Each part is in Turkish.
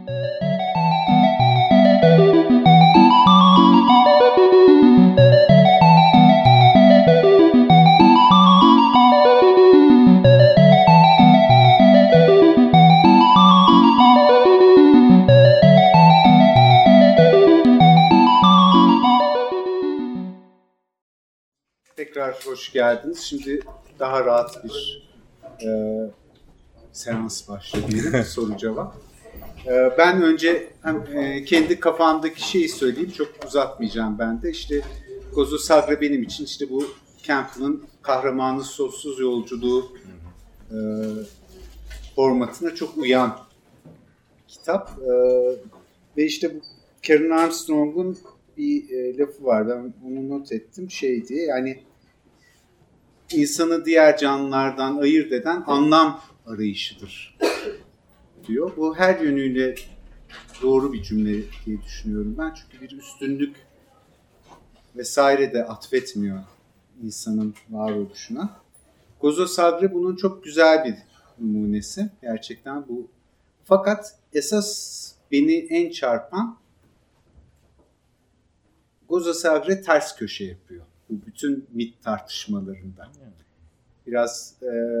Tekrar hoş geldiniz. Şimdi daha rahat bir seans başlıyor diyelim, soru cevap. Ben önce kendi kafamdaki şeyi söyleyeyim, çok uzatmayacağım ben de. İşte Gozo Sagre benim için işte bu Campbell'ın kahramanın sonsuz yolculuğu formatına çok uyan kitap. Ve işte bu Karen Armstrong'un bir lafı var, ben onu not ettim, şey diye, yani insanı diğer canlılardan ayırt eden anlam arayışıdır diyor. Bu her yönüyle doğru bir cümle diye düşünüyorum ben. Çünkü bir üstünlük vesaire de atfetmiyor insanın varoluşuna. Gozo Sagre bunun çok güzel bir numunesi. Gerçekten bu. Fakat esas beni en çarpan Gozo Sagre ters köşe yapıyor. Bu bütün mit tartışmalarında. Biraz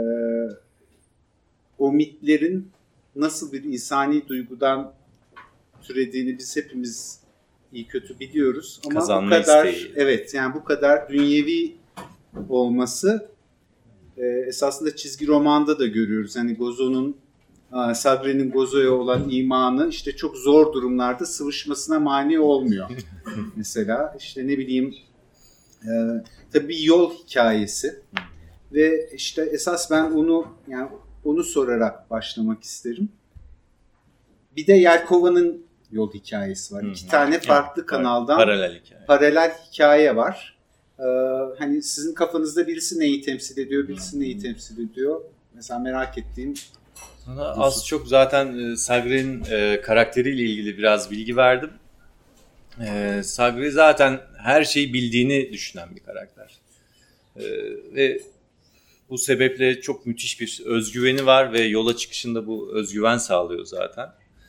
o mitlerin nasıl bir insani duygudan türediğini biz hepimiz iyi kötü biliyoruz. Ama kazanma bu kadar isteği. Evet, yani bu kadar dünyevi olması esasında çizgi romanda da görüyoruz. Hani Sagre'nin Gozo'ya olan imanı işte çok zor durumlarda sıvışmasına mani olmuyor. Mesela işte ne bileyim, tabii bir yol hikayesi ve işte esas ben onu sorarak başlamak isterim. Bir de Yelkova'nın yol hikayesi var. İki tane farklı kanaldan paralel hikaye var. Hani sizin kafanızda birisi neyi temsil ediyor, birisi neyi temsil ediyor? Mesela merak ettiğim. Sana az çok zaten Sagre'nin karakteriyle ilgili biraz bilgi verdim. Sagre zaten her şeyi bildiğini düşünen bir karakter. Ve bu sebeple çok müthiş bir özgüveni var ve yola çıkışında bu özgüven sağlıyor zaten.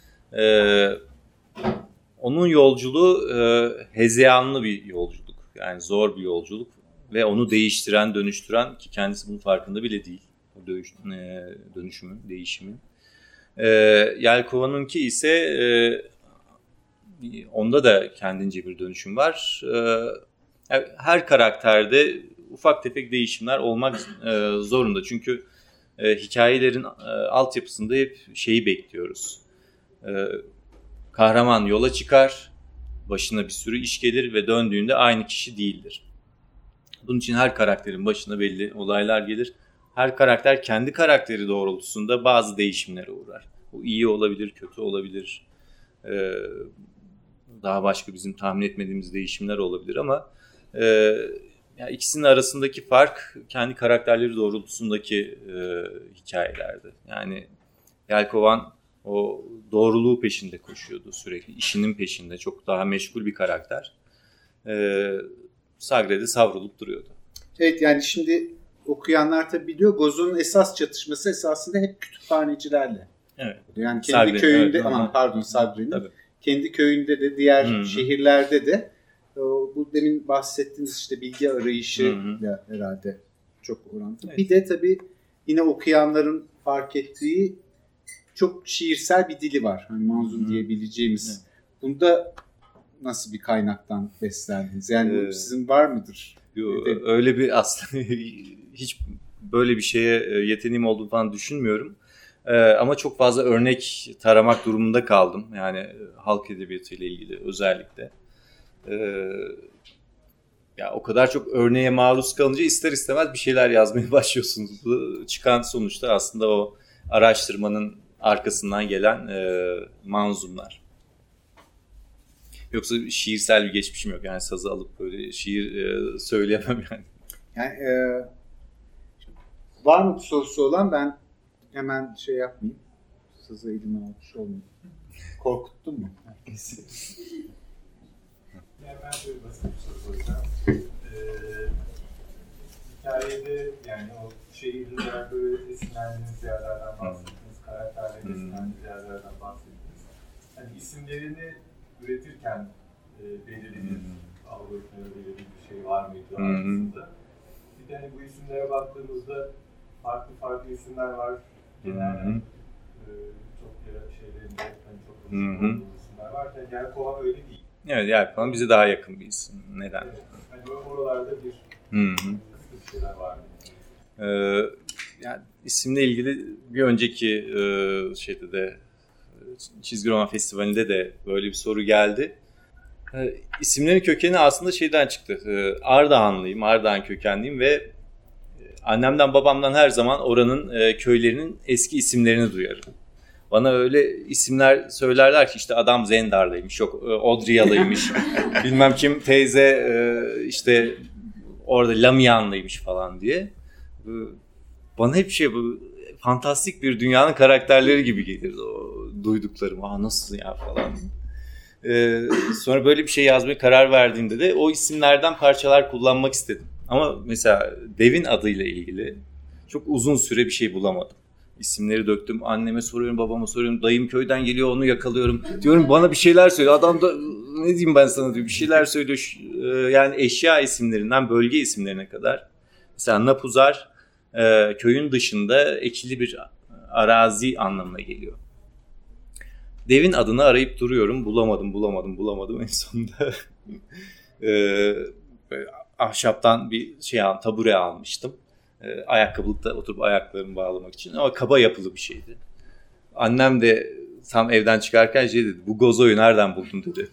Onun yolculuğu hezeyanlı bir yolculuk. Yani zor bir yolculuk ve onu değiştiren, dönüştüren, ki kendisi bunun farkında bile değil. O değişimin. Yelkova'nınki ise onda da kendince bir dönüşüm var. Her karakterde ufak tefek değişimler olmak zorunda. Çünkü hikayelerin altyapısında hep şeyi bekliyoruz. Kahraman yola çıkar, başına bir sürü iş gelir ve döndüğünde aynı kişi değildir. Bunun için her karakterin başına belli olaylar gelir. Her karakter kendi karakteri doğrultusunda bazı değişimlere uğrar. Bu iyi olabilir, kötü olabilir. Daha başka bizim tahmin etmediğimiz değişimler olabilir ama yani ikisinin arasındaki fark kendi karakterleri doğrultusundaki hikayelerde. Yani Yelkovan o doğruluğu peşinde koşuyordu sürekli. İşinin peşinde, çok daha meşgul bir karakter. Sagre'de savrulup duruyordu. Evet, yani şimdi okuyanlar tabii biliyor, Gozo'nun esas çatışması esasında hep kütüphanecilerle. Evet. Yani kendi Sagre, köyünde, evet. Sagre'nin. Tabii. Kendi köyünde de, diğer şehirlerde de bu demin bahsettiğiniz işte bilgi arayışıyla herhalde çok orantılı. Evet. Bir de tabii yine okuyanların fark ettiği çok şiirsel bir dili var. Hani manzum diyebileceğimiz. Evet. Bunda nasıl bir kaynaktan beslendiniz? Yani sizin var mıdır? Yok, öyle bir aslında hiç böyle bir şeye yeteneğim olduğunu falan düşünmüyorum. Ama çok fazla örnek taramak durumunda kaldım. Yani halk edebiyatı ile ilgili özellikle. Ya o kadar çok örneğe maruz kalınca ister istemez bir şeyler yazmaya başlıyorsunuz. Bu çıkan sonuçta aslında o araştırmanın arkasından gelen manzumlar. Yoksa şiirsel bir geçmişim yok. Yani sazı alıp böyle şiir söyleyemem yani. Yani var mı sorusu olan? Ben hemen şey yapmayayım. Sazı elime almış olmayayım. Korkuttun mu? Yani ben şöyle basit bir soru soracağım. Hikayede yani o şehirliler böyle esinlendiğiniz yerlerden bahsettiniz, karakterlerin esinlendiğiniz yerlerden bahsettiniz. hani isimlerini üretirken belirli bir algoritma, belirli bir şey var mıydı aslında? Bir de hani bu isimlere baktığımızda farklı isimler var. Genelde çok şeylerinde hani çok konuşulduğu isimler var. Yani Yelkovan öyle değil. Evet, Yelkovan bize daha yakın bir isim. Neden? Evet. Hani oralarda bir şeyler var mı? Yani isimle ilgili bir önceki şeyde de Çizgi Roman Festivali'nde de böyle bir soru geldi. İsimlerin kökeni aslında şeyden çıktı. Ardahanlıyım, Ardahan kökenliyim ve annemden babamdan her zaman oranın köylerinin eski isimlerini duyarım. Bana öyle isimler söylerler ki işte adam Zendar'lıymış, yok Odriyalıymış, bilmem kim teyze işte orada Lamyanlıymış falan diye. Bana hep bu fantastik bir dünyanın karakterleri gibi gelirdi o duyduklarım. Nasıl ya falan. Sonra böyle bir şey yazmaya karar verdiğimde de o isimlerden parçalar kullanmak istedim. Ama mesela Devin adıyla ilgili çok uzun süre bir şey bulamadım. İsimleri döktüm. Anneme soruyorum, babama soruyorum. Dayım köyden geliyor, onu yakalıyorum. Diyorum bana bir şeyler söylüyor. Adam da ne diyeyim ben sana diyor. Bir şeyler söylüyor. Yani eşya isimlerinden bölge isimlerine kadar. Mesela Napuzar köyün dışında ekili bir arazi anlamına geliyor. Devin adını arayıp duruyorum. Bulamadım. En sonunda ahşaptan bir tabure almıştım. Ayakkabılıkta oturup ayaklarımı bağlamak için. Ama kaba yapılı bir şeydi. Annem de tam evden çıkarken dedi. Bu gozoyu nereden buldun dedi.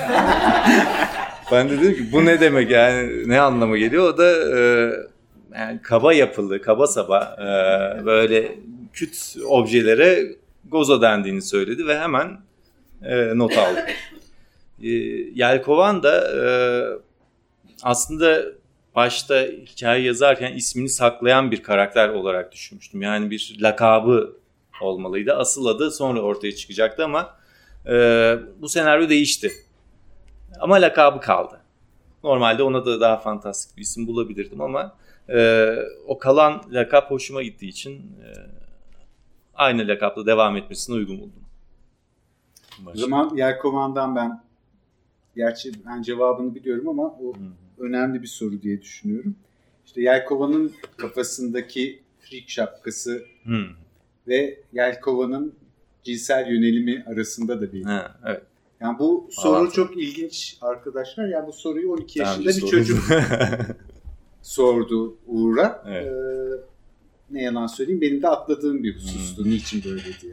Ben de dedim ki bu ne demek yani, ne anlama geliyor? O da yani kaba yapılı, kaba saba böyle küt objelere gozo dendiğini söyledi ve hemen not aldım. Yelkovan da aslında başta hikaye yazarken ismini saklayan bir karakter olarak düşünmüştüm. Yani bir lakabı olmalıydı. Asıl adı sonra ortaya çıkacaktı ama bu senaryo değişti. Ama lakabı kaldı. Normalde ona da daha fantastik bir isim bulabilirdim ama o kalan lakap hoşuma gittiği için aynı lakapla devam etmesine uygun buldum. O zaman Yelkovan'dan gerçi ben cevabını biliyorum ama o önemli bir soru diye düşünüyorum. İşte Yelkovan'ın kafasındaki freak şapkası ve Yelkovan'ın cinsel yönelimi arasında da bir. Evet. Yani bu soru çok ilginç arkadaşlar. Yani bu soruyu 12 yaşında bir çocuk sordu Uğur'a. Evet. Ne yalan söyleyeyim, benim de atladığım bir husustu. Niçin böyle diye.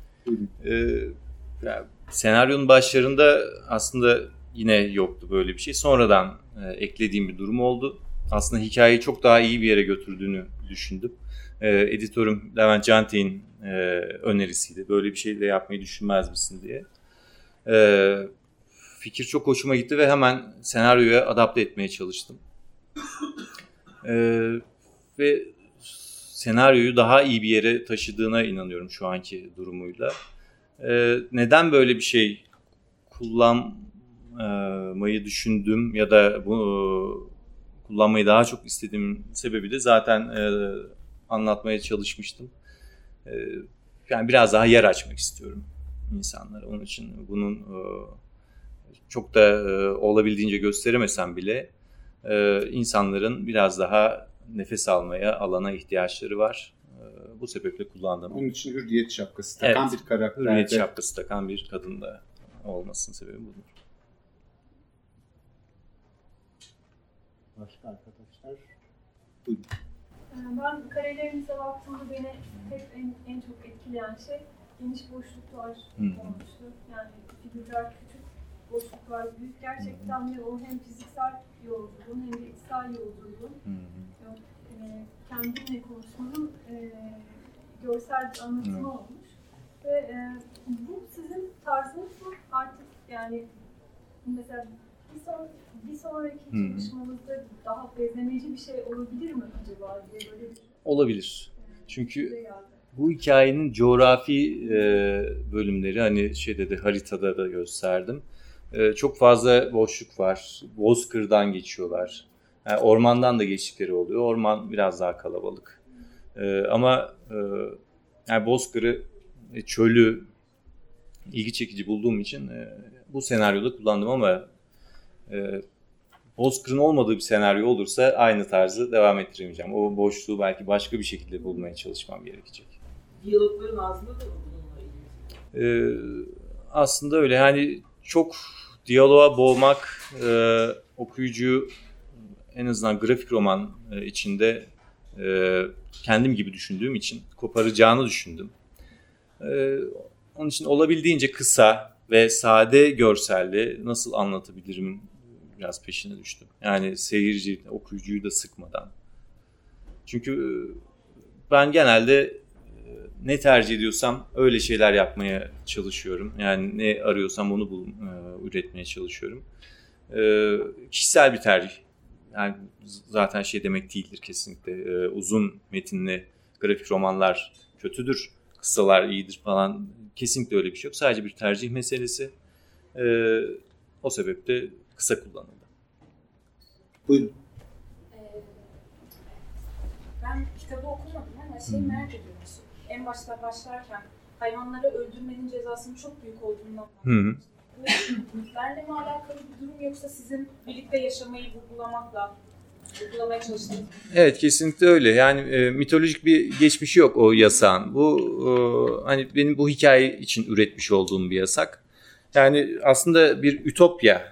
Yani senaryonun başlarında aslında yine yoktu böyle bir şey. Sonradan eklediğim bir durum oldu. Aslında hikayeyi çok daha iyi bir yere götürdüğünü düşündüm. Editörüm Levent Cantek'in önerisiydi. Böyle bir şey de yapmayı düşünmez misin diye. Fikir çok hoşuma gitti ve hemen senaryoya adapte etmeye çalıştım. Ve senaryoyu daha iyi bir yere taşıdığına inanıyorum şu anki durumuyla. Neden böyle bir şey kullanmayı düşündüm ya da bunu kullanmayı daha çok istediğim sebebi de zaten anlatmaya çalışmıştım. Yani biraz daha yer açmak istiyorum insanlara. Onun için bunun çok da olabildiğince gösteremesem bile insanların biraz daha nefes almaya, alana ihtiyaçları var. Bu sebeple kullandım. Onun için hürriyet şapkası takan bir karakterde. Hürriyet şapkası takan bir kadın da olmasının sebebi budur. Başka arkadaşlar? Ben karelerinize baktığımda beni hep en çok etkileyen şey geniş boşluklar olmuştu. Yani figürler küçük, boşluklar büyük. Gerçekten de o hem fiziksel yolculuğun hem de içsel yolculuğun kendimle konuşmanın görsel bir anlatımı olmuş. Ve bu sizin tarzınız mı artık, yani mesela bir sonraki çalışmanızda daha bezlemeci bir şey olabilir mi acaba diye böyle bir olabilir. Çünkü bu hikayenin coğrafi bölümleri hani şeyde de haritada da gösterdim. Çok fazla boşluk var. Bozkır'dan geçiyorlar. Yani ormandan da geçtikleri oluyor. Orman biraz daha kalabalık. Ama yani Bozkır'ı, çölü ilgi çekici bulduğum için bu senaryoda kullandım ama Bozkır'ın olmadığı bir senaryo olursa aynı tarzı devam ettiremeyeceğim. O boşluğu belki başka bir şekilde bulmaya çalışmam gerekecek. Diyalogların ağzında da mı bununla ilgili? Aslında öyle. Yani çok diyaloğa boğmak okuyucuyu en azından grafik roman içinde kendim gibi düşündüğüm için koparacağını düşündüm. Onun için olabildiğince kısa ve sade görselli nasıl anlatabilirim biraz peşine düştüm. Yani seyirci, okuyucuyu da sıkmadan. Çünkü ben genelde ne tercih ediyorsam öyle şeyler yapmaya çalışıyorum. Yani ne arıyorsam onu üretmeye çalışıyorum. Kişisel bir tercih. Yani zaten şey demek değildir kesinlikle. Uzun metinli grafik romanlar kötüdür, kısalar iyidir falan. Kesinlikle öyle bir şey yok. Sadece bir tercih meselesi. O sebeple kısa kullanıldı. Buyurun. Ben kitabı okumadım ama şeyi merak ediyorum. En başta başlarken hayvanları öldürmenin cezasının çok büyük olduğundan bahsediyorsunuz. Benle mi alakalı bir durum yoksa sizin birlikte yaşamayı vurgulamaya çalıştığınız? Evet, kesinlikle öyle. Yani mitolojik bir geçmişi yok o yasağın. Bu hani benim bu hikaye için üretmiş olduğum bir yasak. Yani aslında bir ütopya.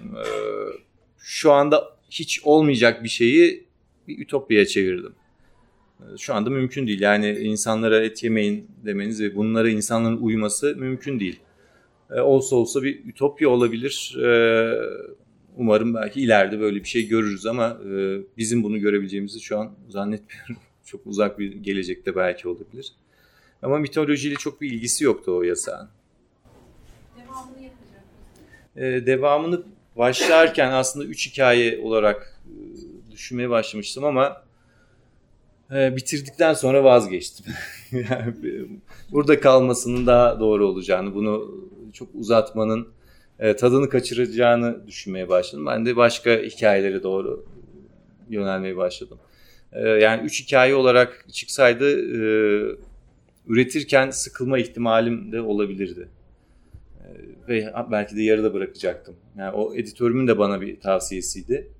Şu anda hiç olmayacak bir şeyi bir ütopyaya çevirdim. Şu anda mümkün değil. Yani insanlara et yemeyin demeniz ve bunlara insanların uyması mümkün değil. Olsa bir ütopya olabilir. Umarım belki ileride böyle bir şey görürüz ama bizim bunu görebileceğimizi şu an zannetmiyorum. Çok uzak bir gelecekte belki olabilir. Ama mitolojiyle çok bir ilgisi yoktu o yasağın. Devamını yapacak. Devamını başlarken aslında 3 hikaye olarak düşünmeye başlamıştım ama bitirdikten sonra vazgeçtim. Yani burada kalmasının daha doğru olacağını, bunu çok uzatmanın tadını kaçıracağını düşünmeye başladım. Ben de başka hikayelere doğru yönelmeye başladım. Yani 3 hikaye olarak çıksaydı üretirken sıkılma ihtimalim de olabilirdi. Ve belki de yarıda bırakacaktım. Yani o editörümün de bana bir tavsiyesiydi.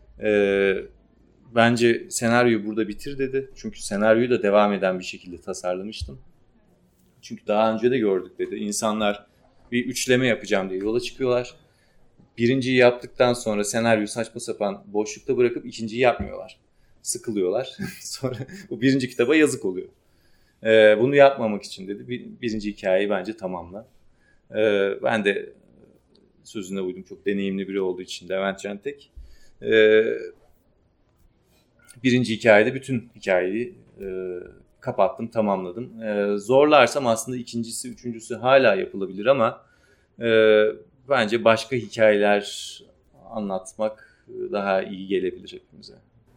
Bence senaryoyu burada bitir dedi. Çünkü senaryoyu da devam eden bir şekilde tasarlamıştım. Çünkü daha önce de gördük dedi. İnsanlar bir üçleme yapacağım diye yola çıkıyorlar. Birinciyi yaptıktan sonra senaryoyu saçma sapan boşlukta bırakıp ikinciyi yapmıyorlar. Sıkılıyorlar. Sonra bu birinci kitaba yazık oluyor. Bunu yapmamak için dedi. Birinci hikayeyi bence tamamla. Ben de sözüne uydum. Çok deneyimli biri olduğu için Levent Cantek. Birinci hikayede bütün hikayeyi kapattım, tamamladım. Zorlarsam aslında ikincisi, üçüncüsü hala yapılabilir ama bence başka hikayeler anlatmak daha iyi gelebilir hepimize.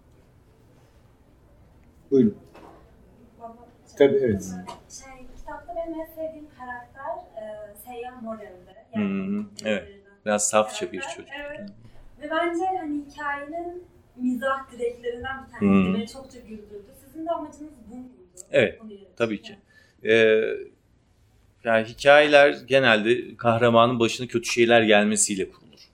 Buyurun. Tabii, evet. Kitapta benim en sevdiğim karakter Seyyah Morel'de. Evet. Biraz safça bir çocuk. Evet. Ve bence hani hikayenin mizah direklerinden bir tanesi. Beni çokça güldürdü. Sizin de amacınız bu muydu? Evet, tabii ki. Yani hikayeler genelde kahramanın başına kötü şeyler gelmesiyle kurulur.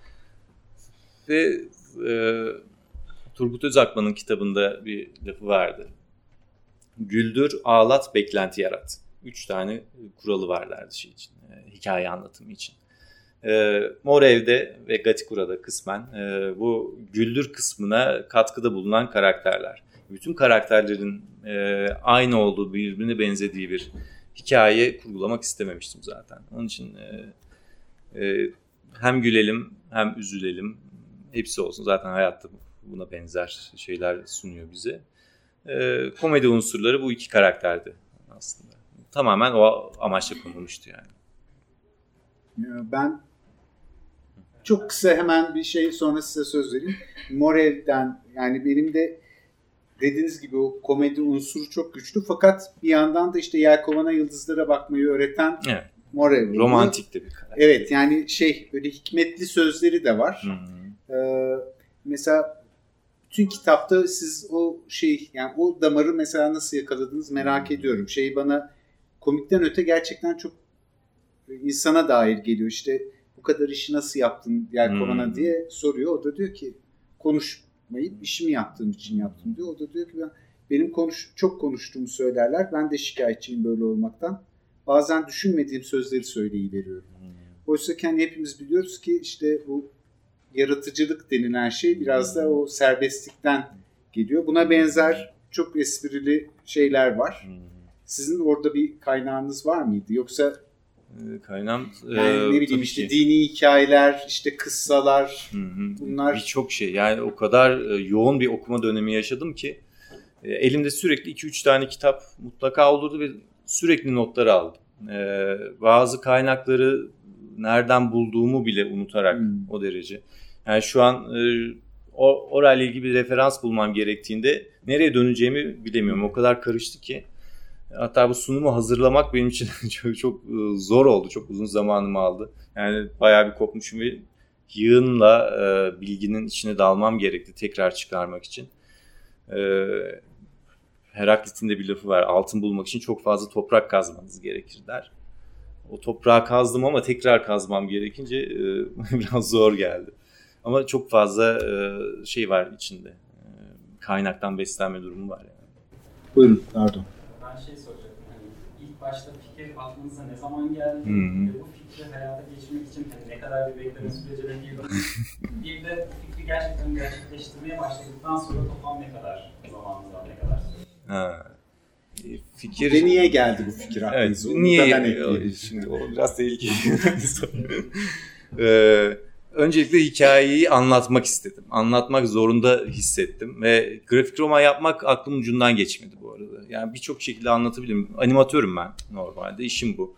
Ve Turgut Özakman'ın kitabında bir lafı vardı. Güldür, ağlat, beklenti yarat. 3 tane kuralı var derdi şey için, hikaye anlatımı için. Mor Ev'de ve Gatikura'da kısmen bu güldür kısmına katkıda bulunan karakterler. Bütün karakterlerin aynı olduğu, birbirine benzediği bir hikaye kurgulamak istememiştim zaten. Onun için hem gülelim hem üzülelim, hepsi olsun. Zaten hayatta buna benzer şeyler sunuyor bize. Komedi unsurları bu 2 karakterdi aslında. Tamamen o amaçla konulmuştu yani. Ben çok kısa hemen bir şey sonra size söz vereyim. Morel'den, yani benim de dediğiniz gibi o komedi unsuru çok güçlü. Fakat bir yandan da işte Yelkovana Yıldızlara bakmayı öğreten evet. Morel. Romantik de bir karakter. Evet, yani böyle hikmetli sözleri de var. Mesela bütün kitapta siz o yani o damarı mesela nasıl yakaladınız merak ediyorum. Bana komikten öte gerçekten çok insana dair geliyor. İşte bu kadar işi nasıl yaptın Yelkovan'a diye soruyor. O da diyor ki konuşmayıp işimi yaptığım için yaptım diyor. O da diyor ki benim çok konuştuğumu söylerler. Ben de şikayetçiyim böyle olmaktan. Bazen düşünmediğim sözleri söyleyiveriyorum. Oysa ki hepimiz biliyoruz ki işte bu yaratıcılık denilen şey biraz da o serbestlikten geliyor. Buna benzer çok esprili şeyler var. Sizin orada bir kaynağınız var mıydı? Yoksa kaynağım yani ne bileyim işte dini hikayeler, işte kıssalar, bunlar birçok şey. Yani o kadar yoğun bir okuma dönemi yaşadım ki elimde sürekli 2-3 tane kitap mutlaka olurdu ve sürekli notlar aldım. Bazı kaynakları nereden bulduğumu bile unutarak o derece. Yani şu an orayla ilgili bir referans bulmam gerektiğinde nereye döneceğimi bilemiyorum. O kadar karıştı ki. Hatta bu sunumu hazırlamak benim için çok zor oldu. Çok uzun zamanımı aldı. Yani bayağı bir kopmuşum ve yığınla bilginin içine dalmam gerekti tekrar çıkarmak için. Heraklit'in de bir lafı var. Altın bulmak için çok fazla toprak kazmanız gerekir der. O toprağı kazdım ama tekrar kazmam gerekince biraz zor geldi. Ama çok fazla şey var içinde. Kaynaktan beslenme durumu var yani. Buyurun, pardon. Ben soracaktım. Hani ilk başta fikir aklınıza ne zaman geldi? Ve bu fikri hayata geçirmek için ne kadar bir bekleme sürecine girdiniz? Bir de bu fikri gerçekten gerçekleştirmeye başladıktan sonra toplam ne kadar zamanınız var, ne kadar süre? Fikir... Niye geldi bu fikir aklınıza? Evet, niye? Şimdi o biraz tehlikeli. Öncelikle hikayeyi anlatmak istedim. Anlatmak zorunda hissettim ve grafik roman yapmak aklımın ucundan geçmedi bu arada. Yani birçok şekilde anlatabilirim. Animatörüm ben normalde, işim bu.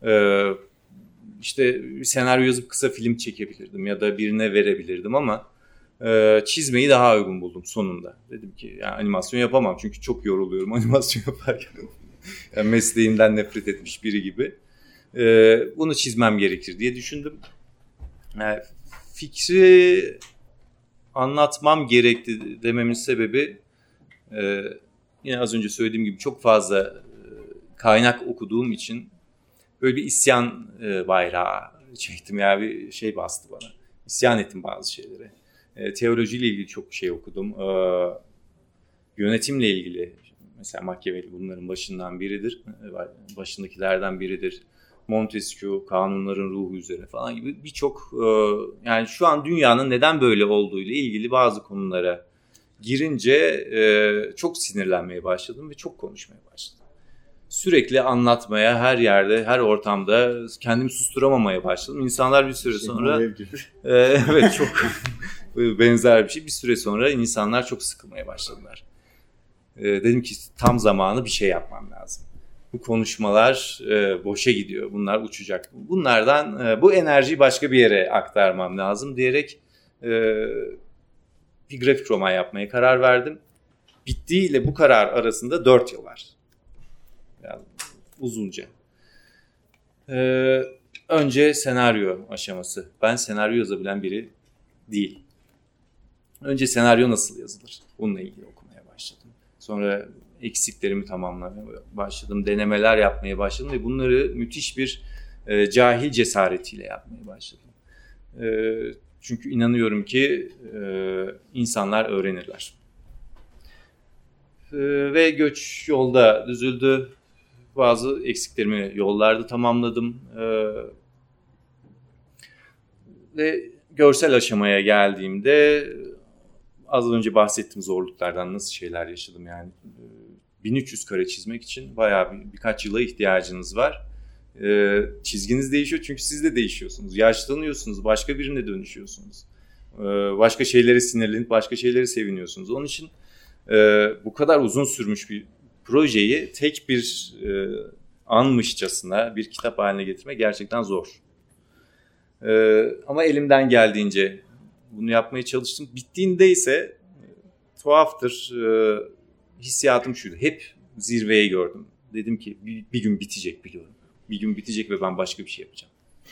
İşte bir senaryo yazıp kısa film çekebilirdim ya da birine verebilirdim ama çizmeyi daha uygun buldum sonunda. Dedim ki yani animasyon yapamam çünkü çok yoruluyorum animasyon yaparken. Yani mesleğimden nefret etmiş biri gibi. Bunu çizmem gerekir diye düşündüm. Yani fikri anlatmam gerekti dememin sebebi yine az önce söylediğim gibi çok fazla kaynak okuduğum için böyle bir isyan bayrağı çektim. Yani bir şey bastı bana. İsyan ettim bazı şeylere. Teolojiyle ilgili çok şey okudum. Yönetimle ilgili mesela Machiavelli bunların başından biridir. Başındakilerden biridir. Montesquieu, kanunların ruhu üzerine falan gibi birçok yani şu an dünyanın neden böyle olduğu ile ilgili bazı konulara girince çok sinirlenmeye başladım ve çok konuşmaya başladım. Sürekli anlatmaya her yerde, her ortamda kendimi susturamamaya başladım. İnsanlar bir süre sonra evet çok benzer bir şey. Bir süre sonra insanlar çok sıkılmaya başladılar. Dedim ki tam zamanı bir şey yapmam lazım. Bu konuşmalar boşa gidiyor. Bunlar uçacak. Bunlardan bu enerjiyi başka bir yere aktarmam lazım diyerek bir grafik roman yapmaya karar verdim. Bittiğiyle bu karar arasında 4 yıl var. Yani uzunca. Önce senaryo aşaması. Ben senaryo yazabilen biri değil. Önce senaryo nasıl yazılır? Bununla ilgili okumaya başladım. Sonra eksiklerimi tamamlamaya başladım. Denemeler yapmaya başladım ve bunları müthiş bir cahil cesaretiyle yapmaya başladım. Çünkü inanıyorum ki insanlar öğrenirler. Ve göç yolda düzüldü. Bazı eksiklerimi yollarda tamamladım. Ve görsel aşamaya geldiğimde az önce bahsettiğim zorluklardan nasıl şeyler yaşadım yani. 1300 kare çizmek için bayağı birkaç yıla ihtiyacınız var. Çizginiz değişiyor çünkü siz de değişiyorsunuz. Yaşlanıyorsunuz, başka birine dönüşüyorsunuz. Başka şeylere sinirlenip başka şeylere seviniyorsunuz. Onun için bu kadar uzun sürmüş bir projeyi tek bir anmışçasına bir kitap haline getirmek gerçekten zor. Ama elimden geldiğince bunu yapmaya çalıştım. Bittiğinde ise tuhaftır, hissiyatım şuydu. Hep zirveyi gördüm. Dedim ki bir gün bitecek biliyorum. Bir gün bitecek ve ben başka bir şey yapacağım.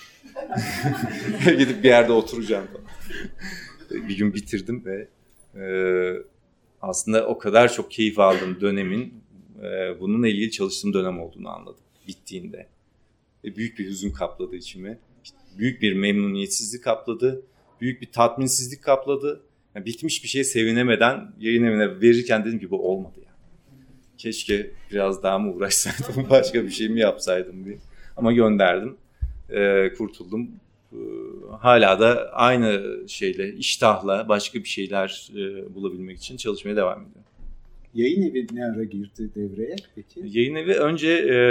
Gidip bir yerde oturacağım falan. Bir gün bitirdim ve aslında o kadar çok keyif aldığım dönemin bununla ilgili çalıştığım dönem olduğunu anladım bittiğinde. büyük bir hüzün kapladı içimi. İşte büyük bir memnuniyetsizlik kapladı. Büyük bir tatminsizlik kapladı. Yani bitmiş bir şeye sevinemeden yayın evine verirken dedim ki bu olmadı ya. Keşke biraz daha mı uğraşsaydım, başka bir şey mi yapsaydım diye. Ama gönderdim, kurtuldum. Hala da aynı şeyle, iştahla başka bir şeyler bulabilmek için çalışmaya devam ediyorum. Yayın evi ne ara girdi devreye peki? Yayın evi önce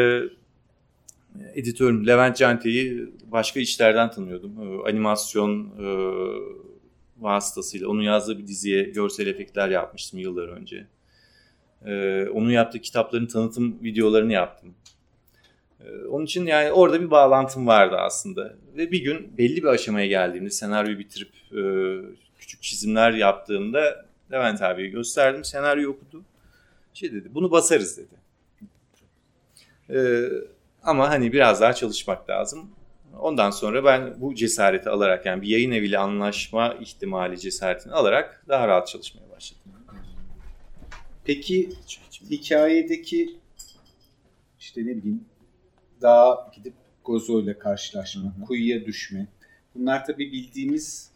editörüm Levent Cante'yi başka işlerden tanıyordum. Animasyon vasıtasıyla onun yazdığı bir diziye görsel efektler yapmıştım yıllar önce. Onun yaptığı kitapların tanıtım videolarını yaptım. Onun için yani orada bir bağlantım vardı aslında. Ve bir gün belli bir aşamaya geldiğimde, senaryoyu bitirip küçük çizimler yaptığımda Levent abiye gösterdim. Senaryoyu okudu. Dedi, bunu basarız dedi. Ama hani biraz daha çalışmak lazım. Ondan sonra ben bu cesareti alarak, yani bir yayın eviyle anlaşma ihtimali cesaretini alarak daha rahat çalışmaya başladım. Peki hikayedeki işte ne bileyim dağa gidip Gozo'yla karşılaşma, kuyuya düşme. Bunlar tabii bildiğimiz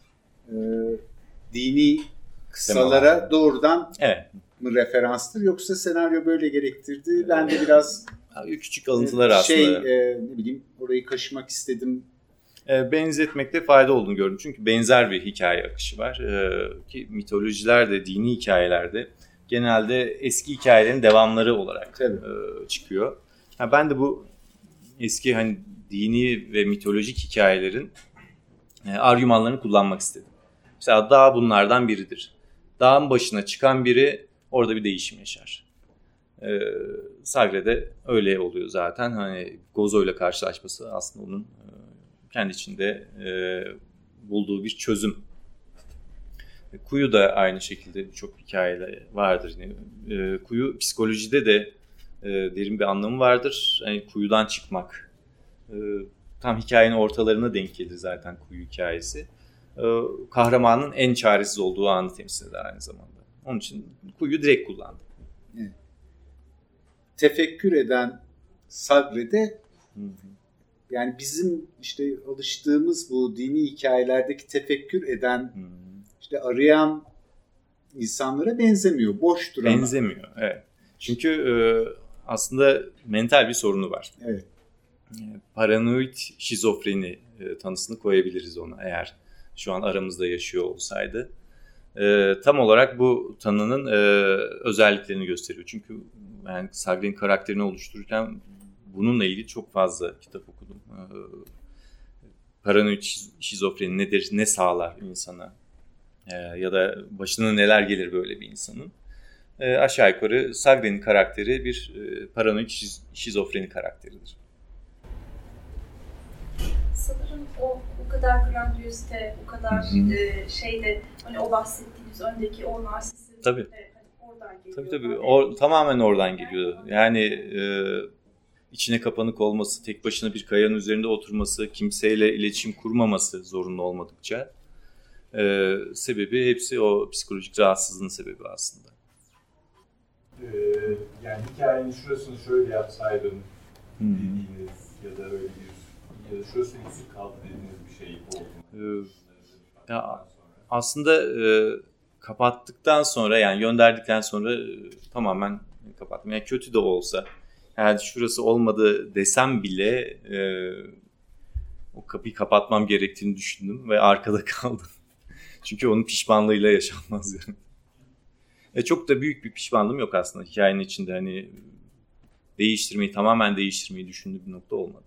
dini kıssalara doğrudan mı referanstır, yoksa senaryo böyle gerektirdi? Ben de biraz küçük alıntılar aslında. Ne bileyim orayı kaşımak istedim. Benzetmekte fayda olduğunu gördüm. Çünkü benzer bir hikaye akışı var. Ki mitolojilerde, dini hikayelerde genelde eski hikayelerin devamları olarak çıkıyor. Ben de bu eski hani dini ve mitolojik hikayelerin argümanlarını kullanmak istedim. Mesela dağ bunlardan biridir. Dağın başına çıkan biri orada bir değişim yaşar. Sagre'de öyle oluyor zaten. Hani Gozo ile karşılaşması aslında onun kendi içinde bulduğu bir çözüm. Kuyu da aynı şekilde birçok hikayeler vardır. Kuyu psikolojide de derin bir anlamı vardır. Yani kuyudan çıkmak. Tam hikayenin ortalarına denk gelir zaten kuyu hikayesi. Kahramanın en çaresiz olduğu anı temsil eder aynı zamanda. Onun için kuyu direkt kullandım. Evet. Tefekkür eden Sagre'de yani bizim işte alıştığımız bu dini hikayelerdeki tefekkür eden işte arayan insanlara benzemiyor. Boş duran. Benzemiyor. Evet. Çünkü aslında mental bir sorunu var. Evet. Paranoid şizofreni tanısını koyabiliriz ona eğer şu an aramızda yaşıyor olsaydı. Tam olarak bu tanının özelliklerini gösteriyor. Çünkü yani Sagre'nin karakterini oluştururken bununla ilgili çok fazla kitap okudum. Paranoid şizofreni nedir, ne sağlar insana ya da başına neler gelir böyle bir insanın. Aşağı yukarı Sagre'nin karakteri bir paranoid şizofreni karakteridir. Sanırım o kadar grandiyozite, o kadar şeyde hani o bahsettiğiniz öndeki o narsisizm tabii. Oradan geliyor. Tabii. Tamamen oradan geliyor. Yani içine kapanık olması, tek başına bir kayanın üzerinde oturması, kimseyle iletişim kurmaması zorunlu olmadıkça sebebi hepsi o psikolojik rahatsızlığın sebebi aslında. Yani hikayenin şurasını şöyle yapsaydım dediğiniz ya da öyle bir ya da şurası eksik kaldı dediğiniz bir şey oldu. Aslında kapattıktan sonra yani gönderdikten sonra tamamen kapattım. Yani kötü de olsa yani şurası olmadı desem bile o kapıyı kapatmam gerektiğini düşündüm ve arkada kaldım. Çünkü onun pişmanlığıyla yaşanmaz yani. Çok da büyük bir pişmanlığım yok aslında hikayenin içinde, hani tamamen değiştirmeyi düşündüğüm bir nokta olmadı.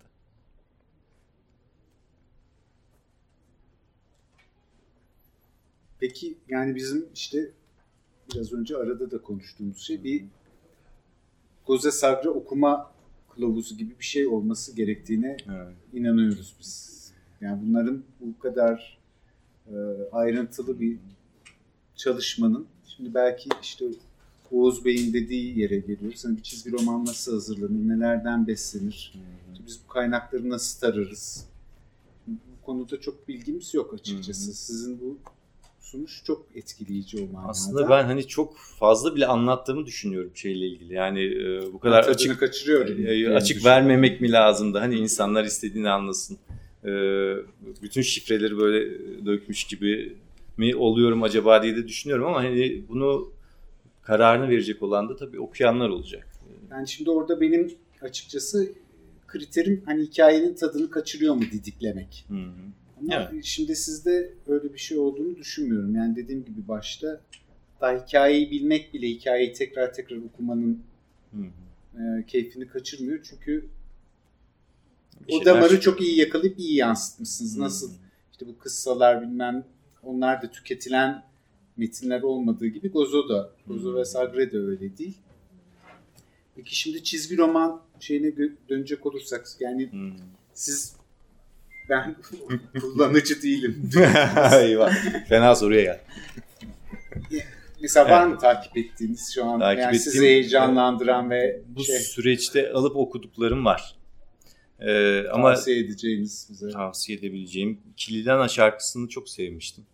Peki yani bizim işte biraz önce arada da konuştuğumuz şey bir Gozo Sagre okuma kılavuzu gibi bir şey olması gerektiğine inanıyoruz biz. Yani bunların bu kadar ayrıntılı bir çalışmanın, şimdi belki işte Oğuz Bey'in dediği yere geliyoruz. Hani bir çizgi roman nasıl hazırlanır, nelerden beslenir, biz bu kaynakları nasıl tararız? Bu konuda çok bilgimiz yok açıkçası. Sizin bu sonuç çok etkileyici o manada. Aslında ben hani çok fazla bile anlattığımı düşünüyorum şeyle ilgili. Yani bu kadar açık vermemek mi lazımdı? Hani insanlar istediğini anlasın. Bütün şifreleri böyle dökmüş gibi mi oluyorum acaba diye de düşünüyorum ama hani bunu kararını verecek olan da tabii okuyanlar olacak. Yani şimdi orada benim açıkçası kriterim hani hikayenin tadını kaçırıyor mu didiklemek. Hı-hı. Ama şimdi sizde öyle bir şey olduğunu düşünmüyorum. Yani dediğim gibi başta hatta hikayeyi bilmek bile hikayeyi tekrar okumanın keyfini kaçırmıyor. Çünkü o damarı çok iyi yakalayıp iyi yansıtmışsınız. Nasıl işte bu kıssalar bilmem onlar da tüketilen metinler olmadığı gibi Gozo ve Sagre de öyle değil. Peki şimdi çizgi roman şeyine dönecek olursak yani siz ben kullanıcı değilim. Eyvah. Fena soruya gel. Mesela var mı takip ettiğiniz şu an yani sizi heyecanlandıran ve bu süreçte alıp okuduklarım var. Ama tavsiye edeceğiniz bize. Tavsiye edebileceğim. Kilidana şarkısını çok sevmiştim.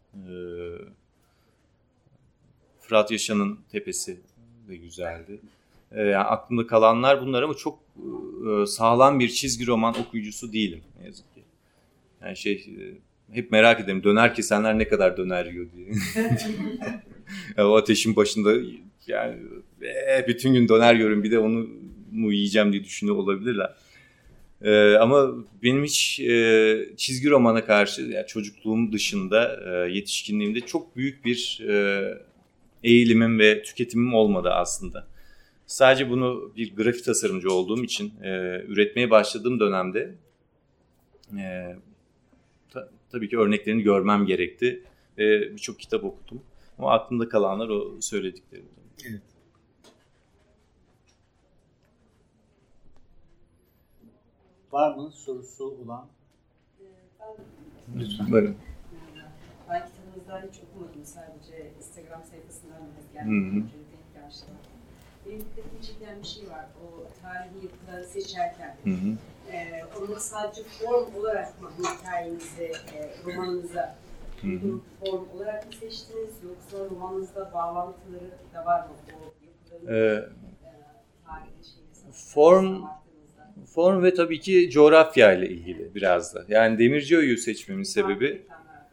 Fırat Yaşar'ın Tepesi de güzeldi. Yani aklımda kalanlar bunlar ama çok sağlam bir çizgi roman okuyucusu değilim ne yazık ki. Yani hep merak ederim döner kesenler ne kadar döner yiyor diye. Yani o ateşin başında yani bütün gün döner yiyorum bir de onu mu yiyeceğim diye düşünüyor olabilirler. Ama benim hiç çizgi romana karşı yani çocukluğum dışında yetişkinliğimde çok büyük bir eğilimim ve tüketimim olmadı aslında. Sadece bunu bir grafik tasarımcı olduğum için üretmeye başladığım dönemde tabii ki örneklerini görmem gerekti. Birçok kitap okudum. Ama aklımda kalanlar o söylediklerim. Evet. Var mı sorusu olan? Lütfen. Buyurun. Ben kitabınızdan hiç okumadım. Sadece Instagram sayfasından denk gelmiştim. Benim dikkatimi çeken bir şey var. O tarihi yapıları seçerken onu sadece form olarak mı hikayenize, romanınıza form olarak mı seçtiniz? Yoksa romanınızda bağlantıları da var mı? O yapıların Form ve tabii ki coğrafya ile ilgili biraz da. Yani Demircioğlu'yu seçmemin sebebi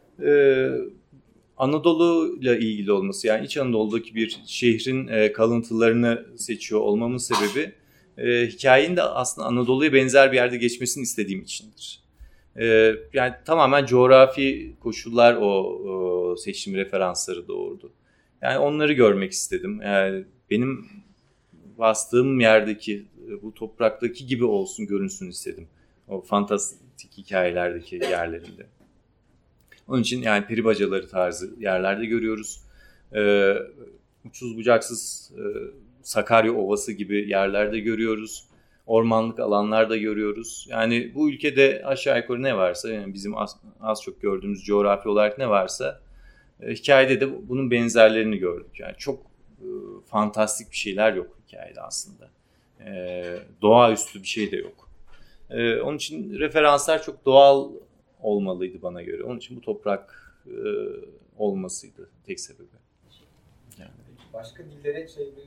Anadolu ile ilgili olması. Yani İç Anadolu'daki bir şehrin kalıntılarını seçiyor olmamın sebebi hikayenin de aslında Anadolu'ya benzer bir yerde geçmesini istediğim içindir. Yani tamamen coğrafi koşullar o seçtiğim referansları doğurdu. Yani onları görmek istedim. Yani benim bastığım yerdeki, bu topraktaki gibi olsun, görünsün istedim. O fantastik hikayelerdeki yerlerinde. Onun için yani peri bacaları tarzı yerlerde görüyoruz. Uçsuz bucaksız Sakarya Ovası gibi yerlerde görüyoruz. Ormanlık alanlarda görüyoruz. Yani bu ülkede aşağı yukarı ne varsa, yani bizim az çok gördüğümüz coğrafi olarak ne varsa hikayede de bunun benzerlerini gördük. Yani çok fantastik bir şeyler yok hikayede aslında. Doğaüstü bir şey de yok. Onun için referanslar çok doğal olmalıydı bana göre. Onun için bu toprak olmasıydı tek sebebi. Yani. Başka dillere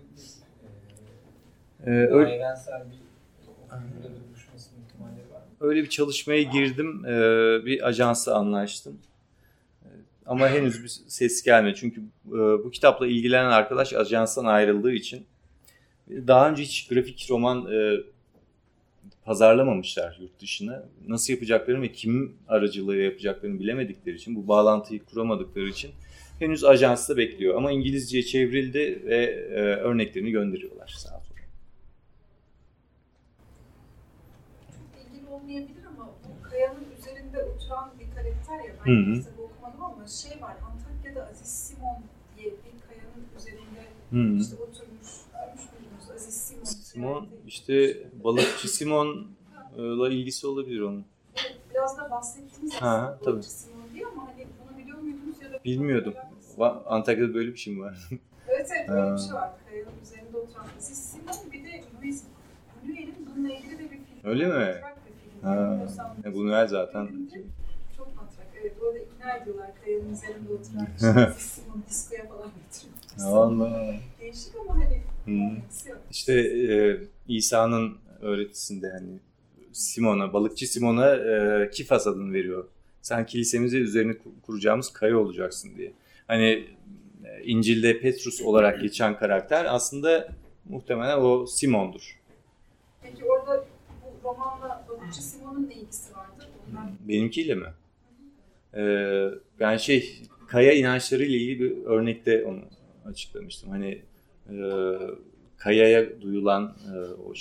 evrensel bir okuyucuyla buluşmasının ihtimalleri var mı? Öyle bir çalışmaya girdim. Bir ajansla anlaştım. Ama henüz bir ses gelmedi. Çünkü bu kitapla ilgilenen arkadaş ajanstan ayrıldığı için daha önce hiç grafik roman pazarlamamışlar yurt dışına. Nasıl yapacaklarını ve kim aracılığıyla yapacaklarını bilemedikleri için, bu bağlantıyı kuramadıkları için henüz ajansta bekliyor. Ama İngilizceye çevrildi ve örneklerini gönderiyorlar sağa sola. Çok ilgili olmayabilir ama bu kayanın üzerinde oturan bir karakter ya, ben kitabı okumadım ama şey var, Antakya'da Aziz Simon diye bir kayanın üzerinde işte oturmuş, görmüş müydünüz Aziz Simon? Simon, işte balıkçı Simon'la ilgisi olabilir onun. Evet, biraz da bahsettiniz aslında balıkçı Simon diye ama hani bunu biliyor muydunuz ya da... Bilmiyordum. Antakya'da böyle bir şey mi var? Evet, böyle bir şey var. Kayanın üzerinde oturan Aziz Simon, bir de Louis Buñuel'in bununla ilgili de bir film. Öyle mi? Buñuel zaten. Buñuel zaten. Çok matrak. Evet, bu arada ikna ediyorlar kayanın üzerinde oturan. Simon diskoya falan götürüyor. Allah. Değişik ama hani İşte İsa'nın öğretisinde hani Simon'a, balıkçı Simon'a Kifas adını veriyor. Sen kilisemize üzerine kuracağımız kaya olacaksın diye. Hani İncil'de Petrus olarak geçen karakter aslında muhtemelen o Simon'dur. Peki orada bu romanla balıkçı Simon'un ne ilgisi vardı? Benimkiyle mi? Ben kaya inançlarıyla ilgili bir örnekte onu açıklamıştım. Hani kayaya duyulan o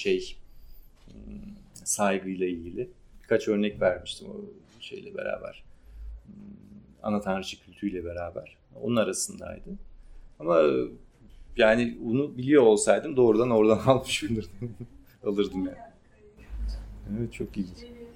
saygıyla ilgili birkaç örnek vermiştim o şeyle beraber. Ana tanrıçı kültüyle beraber. Onun arasındaydı. Ama yani bunu biliyor olsaydım doğrudan oradan almış alırdım yani. Evet, çok ilginç.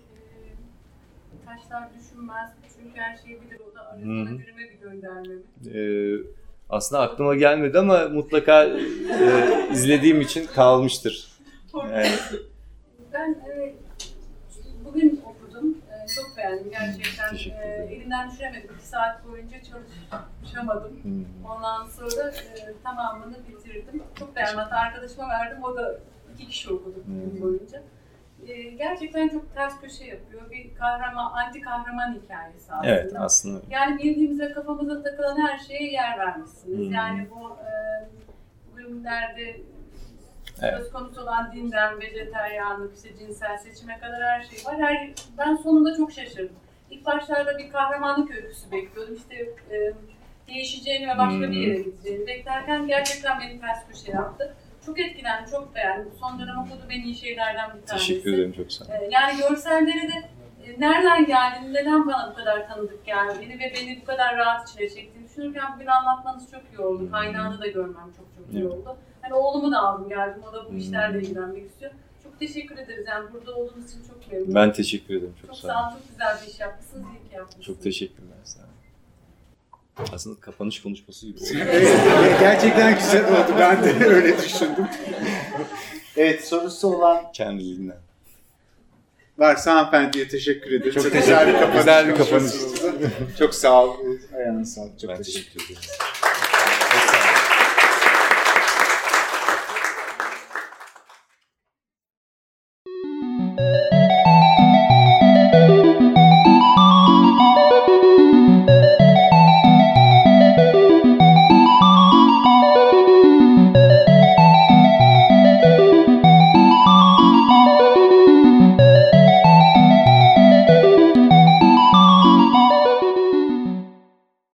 Taşlar düşünmez çünkü her şeyi bilir. O da arasına gürüme bir gönderme. Aslında aklıma gelmedi ama mutlaka izlediğim için kalmıştır. Yani. Ben bugün okudum. Çok beğendim gerçekten. Elimden düşüremedim. 2 saat boyunca çalışamadım. Ondan sonra tamamını bitirdim. Çok beğendim. Hatta arkadaşıma verdim. O da 2 kişi okudu gün boyunca. Gerçekten çok ters köşe yapıyor. Bir anti kahraman hikayesi aslında. Evet, aslında. Yani bildiğimizde kafamıza takılan her şeye yer vermişsiniz. Yani bu bugünlerde söz konusu olan dinden, vejeteryanlık, cinsel seçime kadar her şey var. Ben sonunda çok şaşırdım. İlk başlarda bir kahramanlık öyküsü bekliyordum. İşte değişeceğini ve başka bir yere gideceğini beklerken gerçekten beni ters köşe yaptı. Çok etkilendim, çok beğendim. Son dönem okuduğum en iyi şeylerden bir tanesi. Teşekkür ederim, çok sağ olun. Yani görselleri de nereden geldiğini, neden bana bu kadar tanıdık geldiğini ve beni bu kadar rahat içine çektiğini düşünürken bugün anlatmanız çok iyi oldu. Kaynağını da görmem çok iyi oldu. Hani oğlumu da aldım geldim, o da bu işlerle ilgilenmek istiyor. Çok teşekkür ederiz. Yani burada olduğunuz için çok memnunum. Ben teşekkür ederim, çok sağ olun. Sağ olun, çok güzel bir iş yapmışsınız, iyi ki yapmışsınız. Çok teşekkürler, sağ olun. Aslında kapanış konuşması gibi oldu. Gerçekten güzel oldu. Ben de öyle düşündüm. Evet, sorusu olan kendiliğinden. Varsa hanımefendiye teşekkür ederim. Çok teşekkür ederim. Güzel bir kapanış. Çok sağ olun. Ayağına sağlık. Çok ben teşekkür ederim.